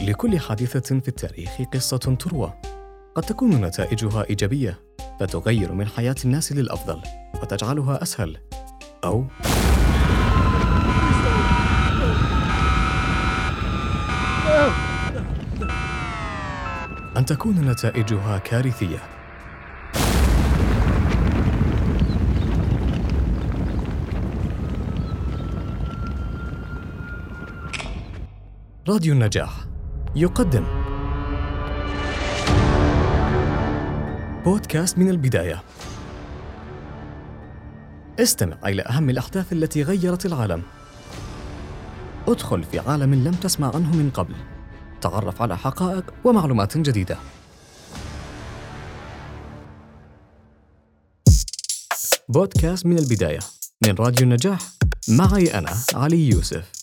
لكل حادثة في التاريخ قصة تروى، قد تكون نتائجها إيجابية فتغير من حياة الناس للأفضل وتجعلها أسهل، أو أن تكون نتائجها كارثية. راديو النجاح يقدم بودكاست من البداية. استمع إلى أهم الأحداث التي غيرت العالم. ادخل في عالم لم تسمع عنه من قبل. تعرف على حقائق ومعلومات جديدة. بودكاست من البداية من راديو النجاح، معي أنا علي يوسف.